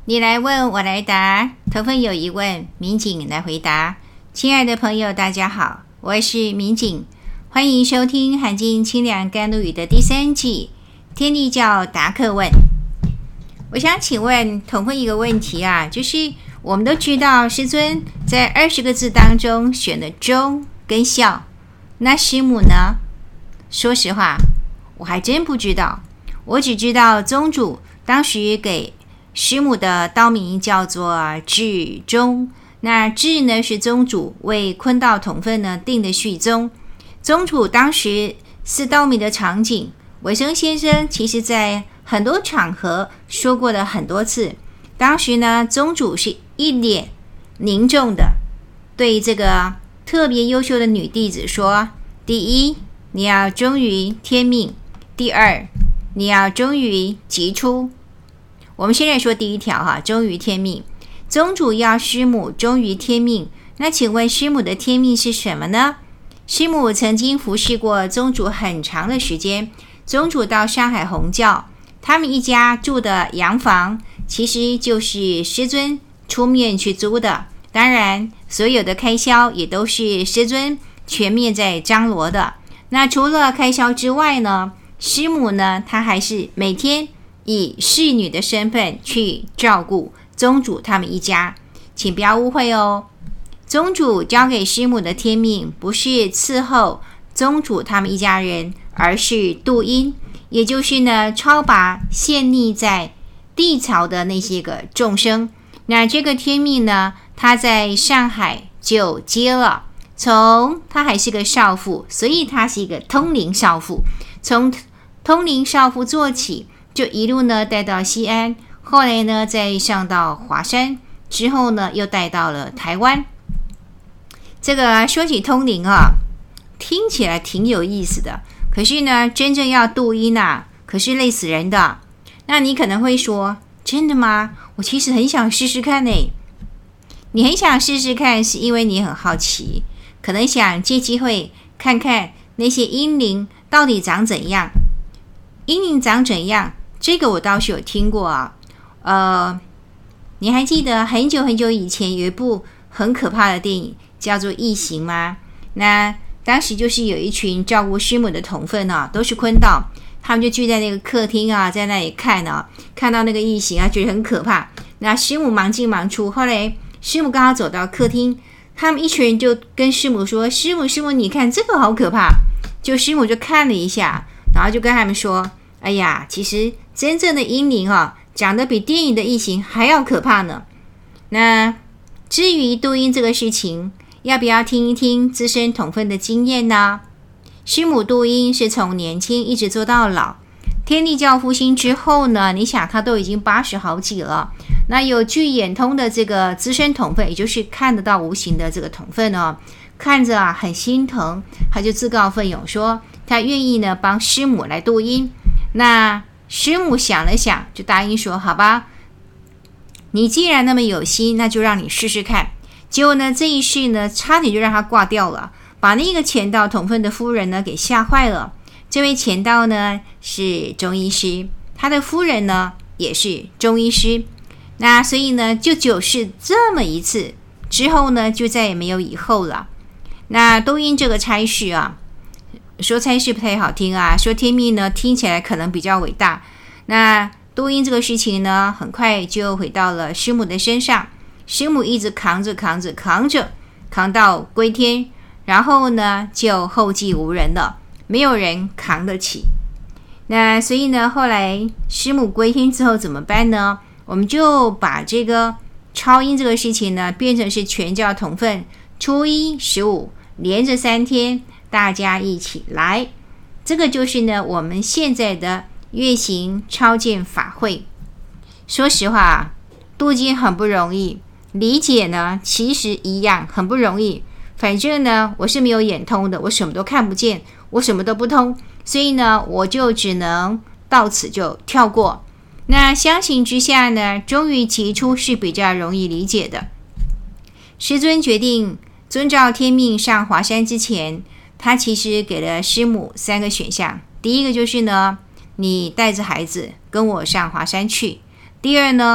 你来问我来答，头份有疑问，民警来回答。亲爱的朋友大家好，我是民警，欢迎收听含进清凉甘露雨的第3季天地教答客问。我想请问头份一个问题啊，就是我们都知道师尊在20个字当中选了忠跟孝，那师母呢？说实话我还真不知道，我只知道宗主当时给师母的道名叫做智忠，那智呢是宗主为坤道统分呢定的序宗。宗主当时祀道名的场景，维生先生其实在很多场合说过了很多次。当时呢，宗主是一脸凝重的对这个特别优秀的女弟子说：第一，你要忠于天命；第二，你要忠于吉出。我们现在说第一条忠于天命。宗主要师母忠于天命，那请问师母的天命是什么呢？师母曾经服侍过宗主很长的时间，宗主到上海弘教，他们一家住的洋房其实就是师尊出面去租的，当然所有的开销也都是师尊全面在张罗的。那除了开销之外呢，师母呢，她还是每天以侍女的身份去照顾宗主他们一家，请不要误会哦。宗主交给师母的天命不是伺候宗主他们一家人，而是度阴，也就是呢超拔陷溺在地槽的那些个众生。那这个天命呢，他在上海就接了，从他还是个少妇，所以他是一个通灵少妇，从通灵少妇做起，就一路呢带到西安，后来呢再上到华山，之后呢又带到了台湾。这个说起通灵听起来挺有意思的，可是呢真正要度阴可是累死人的。那你可能会说，真的吗？我其实很想试试看呢。你很想试试看是因为你很好奇，可能想借机会看看那些阴灵到底长怎样。阴灵长怎样？这个我倒是有听过你还记得很久很久以前有一部很可怕的电影叫做《异形》吗？那当时就是有一群照顾师母的同分都是坤道，他们就聚在那个客厅在那里看到那个异形觉得很可怕。那师母忙进忙出，后来师母刚好走到客厅，他们一群人就跟师母说：师母你看这个好可怕。就师母就看了一下，然后就跟他们说：哎呀，其实真正的阴灵长得比电影的异形还要可怕呢。那至于度阴这个事情，要不要听一听资深统分的经验呢？师母度阴是从年轻一直做到老，天地教复兴之后呢，你想他都已经80好几了。那有具眼通的这个资深统分，也就是看得到无形的这个统分看着很心疼，他就自告奋勇说他愿意呢帮师母来度阴。那师母想了想，就答应说好吧，你既然那么有心，那就让你试试看。结果呢，这一试呢，差点就让他挂掉了，把那个钱道统分的夫人呢给吓坏了。这位钱道呢是中医师，他的夫人呢也是中医师。那所以呢，就只是这么一次，之后呢就再也没有以后了。那度阴这个差事说差事不太好听说天命呢听起来可能比较伟大。那度阴这个事情呢，很快就回到了师母的身上。师母一直扛到归天，然后呢就后继无人了，没有人扛得起。那所以呢，后来师母归天之后怎么办呢？我们就把这个超阴这个事情呢变成是全教统分初一15连着3天大家一起来，这个就是呢我们现在的月行超荐法会。说实话度经很不容易，理解呢其实一样很不容易。反正呢我是没有眼通的，我什么都看不见，我什么都不通，所以呢我就只能到此就跳过。那相形之下呢，终于提出是比较容易理解的。师尊决定遵照天命上华山之前，他其实给了师母3个选项。第一个就是呢，你带着孩子跟我上华山去。第二呢，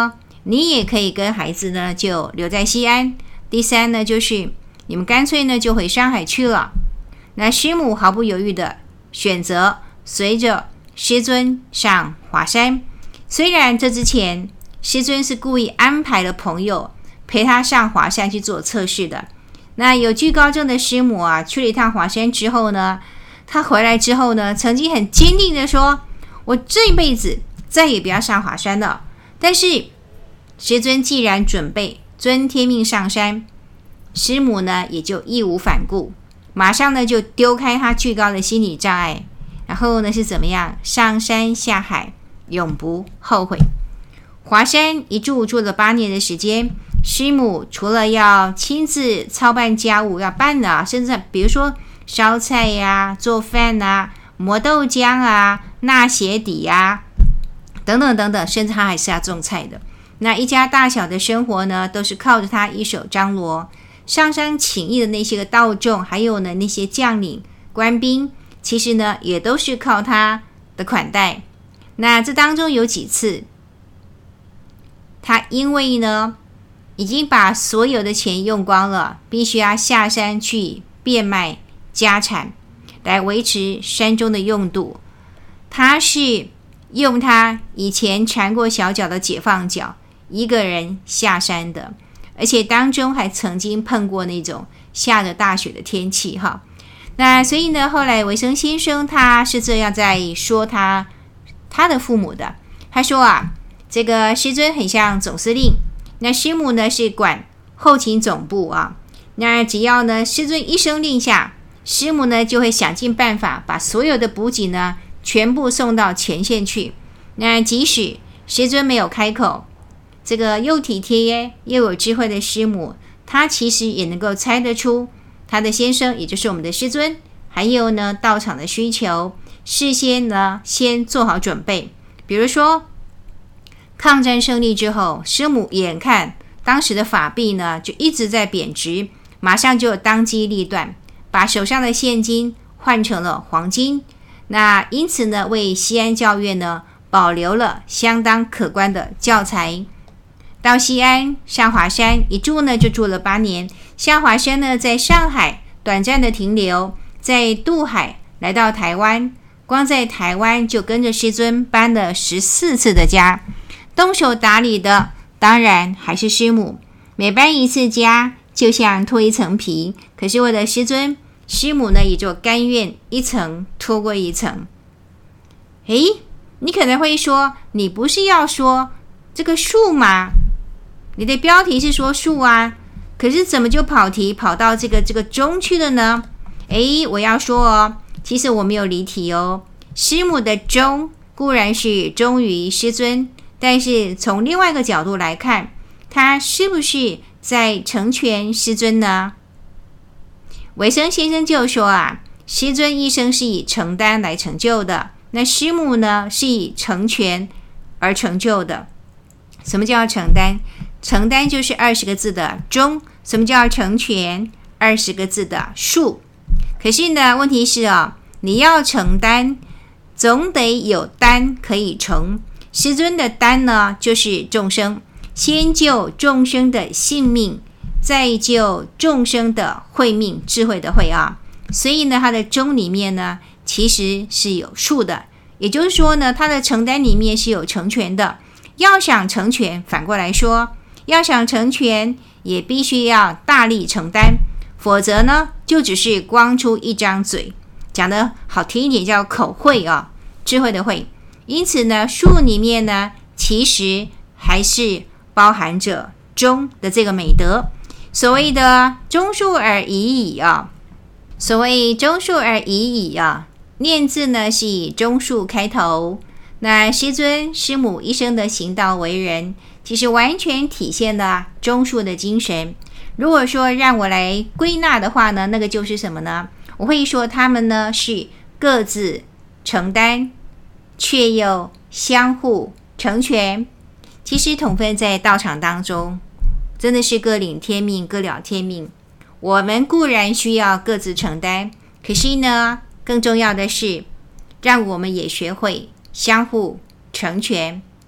你也可以跟孩子呢就留在西安。第三呢，就是你们干脆呢就回上海去了。那师母毫不犹豫的选择随着师尊上华山。虽然这之前师尊是故意安排了朋友陪他上华山去做测试的。那有惧高症的师母啊，去了一趟华山之后呢，他回来之后呢，曾经很坚定的说，我这辈子再也不要上华山了。但是师尊既然准备遵天命上山，师母呢也就义无反顾，马上呢就丢开他惧高的心理障碍，然后呢是怎么样？上山下海，永不后悔。华山一住了8年的时间，师母除了要亲自操办家务要办的甚至比如说烧菜呀、做饭啊、磨豆浆啊、纳鞋底啊等等等等，甚至他还是要种菜的。那一家大小的生活呢，都是靠着他一手张罗。上山请益的那些个道众，还有呢那些将领官兵，其实呢也都是靠他的款待。那这当中有几次，他因为呢已经把所有的钱用光了，必须要下山去变卖家产来维持山中的用度。他是用他以前缠过小脚的解放脚一个人下山的，而且当中还曾经碰过那种下着大雪的天气哈。那所以呢，后来维生先生他是这样在说他的父母的。他说啊，这个师尊很像总司令，那师母呢是管后勤总部啊。那只要呢师尊一声令下，师母呢就会想尽办法把所有的补给呢全部送到前线去。那即使师尊没有开口，这个又体贴又有智慧的师母，他其实也能够猜得出他的先生，也就是我们的师尊，还有呢道场的需求，事先呢先做好准备。比如说抗战胜利之后，师母眼看当时的法币呢就一直在贬值，马上就当机立断，把手上的现金换成了黄金。那因此呢，为西安教院呢保留了相当可观的教材。到西安上华山一住呢就住了8年。下华山呢在上海短暂的停留，在渡海来到台湾，光在台湾就跟着师尊搬了14次的家。动手打理的当然还是师母，每搬一次家就像脱一层皮，可是为了师尊，师母呢也就甘愿一层拖过一层。你可能会说，你不是要说这个树吗？你的标题是说树啊，可是怎么就跑题跑到这个中去了呢？我要说哦，其实我没有离题哦。师母的忠固然是忠于师尊，但是从另外一个角度来看，他是不是在成全师尊呢？维生先生就说啊，师尊一生是以承担来成就的，那师母呢是以成全而成就的。什么叫承担？承担就是20个字的忠。什么叫成全？20个字的术。可是呢，问题是你要承担，总得有担可以成。师尊的担呢，就是众生，先救众生的性命，再救众生的慧命，智慧的慧啊。所以呢，他的忠里面呢，其实是有术的，也就是说呢，他的承担里面是有成全的。要想成全，反过来说，要想成全，也必须要大力承担，否则呢，就只是光出一张嘴，讲得好听一点叫口慧智慧的慧。因此呢，术里面呢，其实还是包含着忠的这个美德。所谓的忠恕而已矣所谓忠恕而已矣念字呢是以忠恕开头。那师尊师母一生的行道为人，其实完全体现了忠恕的精神。如果说让我来归纳的话呢，那个就是什么呢？我会说他们呢是各自承担，却又相互成全。其实统分在道场当中，真的是各领天命，各了天命。我们固然需要各自承担，可是呢，更重要的是，让我们也学会相互成全。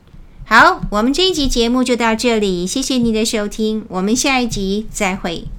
好，我们这一集节目就到这里，谢谢你的收听，我们下一集再会。